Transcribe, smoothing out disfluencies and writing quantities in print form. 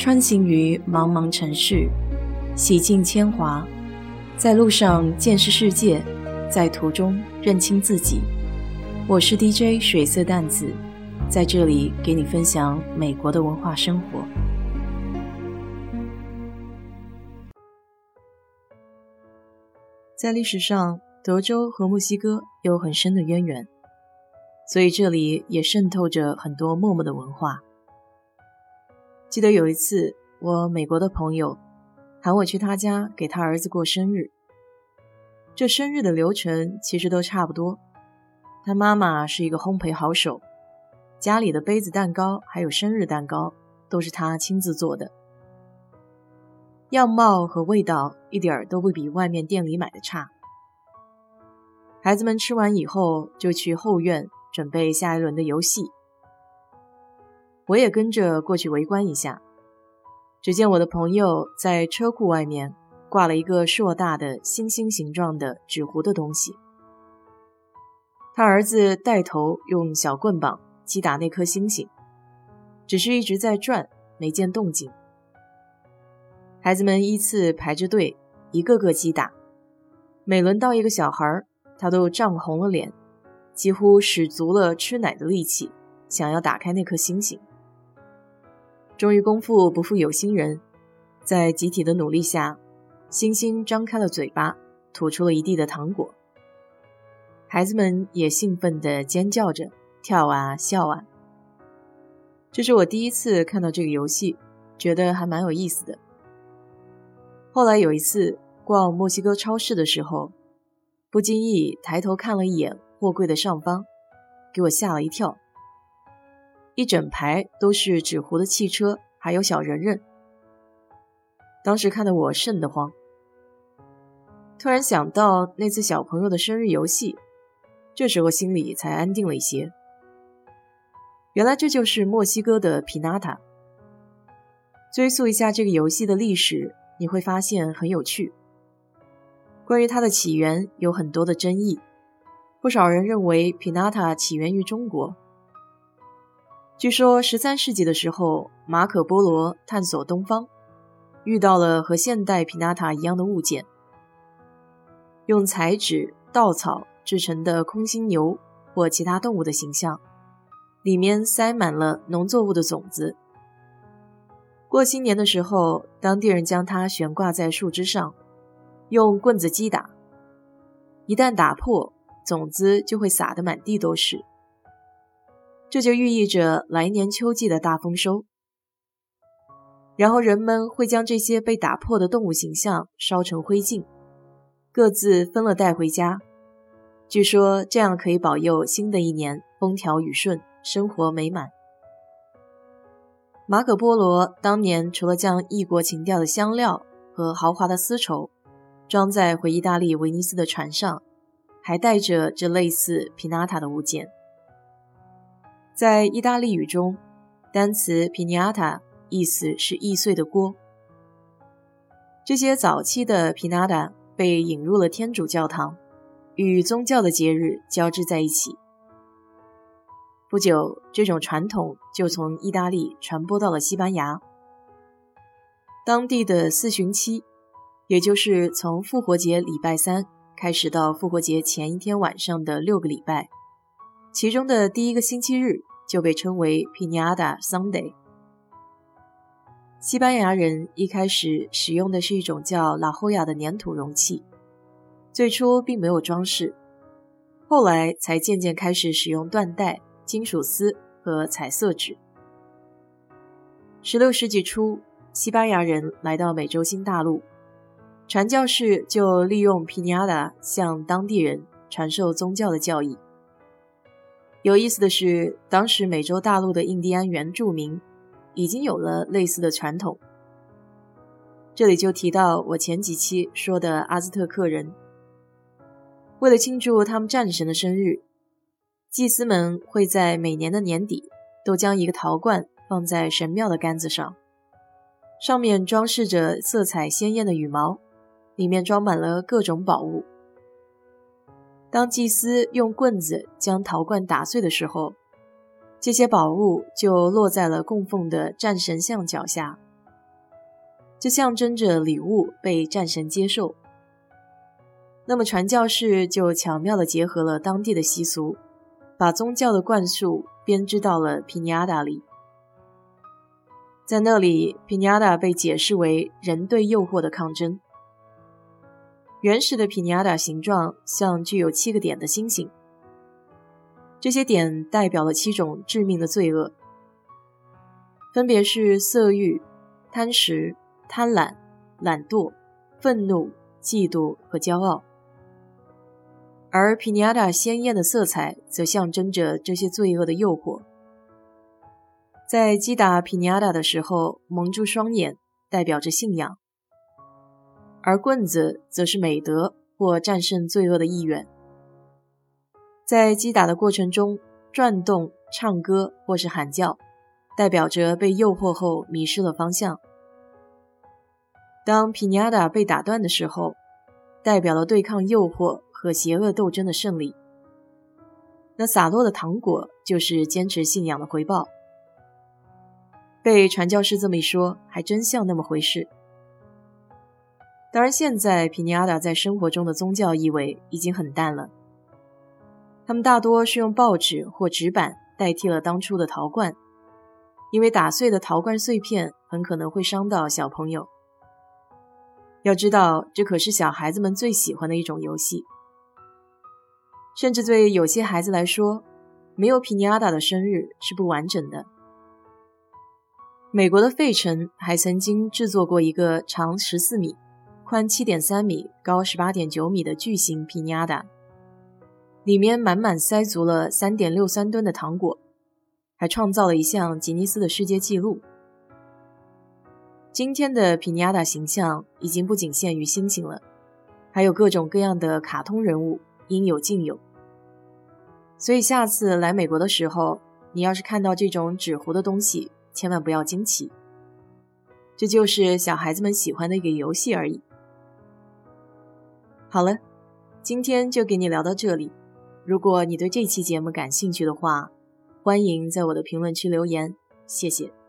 穿行于茫茫城市，洗尽铅华，在路上见识世界，在途中认清自己。我是 DJ 水色淡子，在这里给你分享美国的文化生活。在历史上，德州和墨西哥有很深的渊源，所以这里也渗透着很多默默的文化。记得有一次，我美国的朋友喊我去他家给他儿子过生日。这生日的流程其实都差不多，他妈妈是一个烘焙好手，家里的杯子蛋糕还有生日蛋糕都是他亲自做的，样貌和味道一点都不比外面店里买的差。孩子们吃完以后就去后院准备下一轮的游戏，我也跟着过去围观一下。只见我的朋友在车库外面挂了一个硕大的星星形状的纸糊的东西，他儿子带头用小棍棒击打那颗星星，只是一直在转，没见动静。孩子们依次排着队，一个个击打，每轮到一个小孩，他都涨红了脸，几乎使足了吃奶的力气，想要打开那颗星星。终于功夫不负有心人，在集体的努力下，星星张开了嘴巴，吐出了一地的糖果。孩子们也兴奋地尖叫着，跳啊笑啊。这是我第一次看到这个游戏，觉得还蛮有意思的。后来有一次逛墨西哥超市的时候，不经意抬头看了一眼货柜的上方，给我吓了一跳。一整排都是纸糊的汽车，还有小人人。当时看得我瘆得慌，突然想到那次小朋友的生日游戏，这时候心里才安定了一些。原来这就是墨西哥的皮纳塔。追溯一下这个游戏的历史，你会发现很有趣。关于它的起源有很多的争议，不少人认为皮纳塔起源于中国。据说13世纪的时候，马可波罗探索东方，遇到了和现代皮纳塔一样的物件，用彩纸、稻草制成的空心牛或其他动物的形象，里面塞满了农作物的种子。过新年的时候，当地人将它悬挂在树枝上，用棍子击打，一旦打破，种子就会撒得满地都是。这就寓意着来年秋季的大丰收。然后人们会将这些被打破的动物形象烧成灰烬，各自分了带回家。据说这样可以保佑新的一年风调雨顺，生活美满。马可波罗当年除了将异国情调的香料和豪华的丝绸装在回意大利威尼斯的船上，还带着这类似皮纳塔的物件。在意大利语中，单词 piñata 意思是易碎的锅。这些早期的 piñata 被引入了天主教堂，与宗教的节日交织在一起。不久，这种传统就从意大利传播到了西班牙。当地的四旬期，也就是从复活节礼拜3开始到复活节前一天晚上的6个礼拜，其中的第一个星期日就被称为 Piñata Sunday。 西班牙人一开始使用的是一种叫拉霍亚的粘土容器，最初并没有装饰，后来才渐渐开始使用缎带、金属丝和彩色纸。16世纪初，西班牙人来到美洲新大陆，传教士就利用 Piñata 向当地人传授宗教的教义。有意思的是，当时美洲大陆的印第安原住民已经有了类似的传统。这里就提到我前几期说的阿兹特克人，为了庆祝他们战神的生日，祭司们会在每年的年底都将一个陶罐放在神庙的杆子上，上面装饰着色彩鲜艳的羽毛，里面装满了各种宝物。当祭司用棍子将陶罐打碎的时候，这些宝物就落在了供奉的战神像脚下， 这象征着礼物被战神接受。那么传教士就巧妙地结合了当地的习俗，把宗教的灌输编织到了皮尼亚达里。在那里，皮尼亚达被解释为人对诱惑的抗争。原始的皮尼亚达形状像具有7个点的星星，这些点代表了7种致命的罪恶，分别是色欲、贪食、贪婪、懒惰、愤怒、嫉妒和骄傲。而皮尼亚达鲜艳的色彩则象征着这些罪恶的诱惑。在击打皮尼亚达的时候，蒙住双眼代表着信仰，而棍子则是美德或战胜罪恶的意愿。在击打的过程中，转动、唱歌或是喊叫，代表着被诱惑后迷失了方向。当皮尼亚达被打断的时候，代表了对抗诱惑和邪恶斗争的胜利。那洒落的糖果就是坚持信仰的回报。被传教士这么一说，还真像那么回事。当然，现在皮尼亚达在生活中的宗教意味已经很淡了，他们大多是用报纸或纸板代替了当初的陶罐，因为打碎的陶罐碎片很可能会伤到小朋友。要知道，这可是小孩子们最喜欢的一种游戏。甚至对有些孩子来说，没有皮尼亚达的生日是不完整的。美国的费城还曾经制作过一个长14米、宽7.3米、高18.9米的巨型皮尼亚达，里面满满塞足了3.63吨的糖果，还创造了一项吉尼斯的世界纪录。今天的皮尼亚达形象已经不仅限于星星了，还有各种各样的卡通人物，应有尽有。所以下次来美国的时候，你要是看到这种纸糊的东西，千万不要惊奇，这就是小孩子们喜欢的一个游戏而已。好了，今天就给你聊到这里。如果你对这期节目感兴趣的话，欢迎在我的评论区留言，谢谢。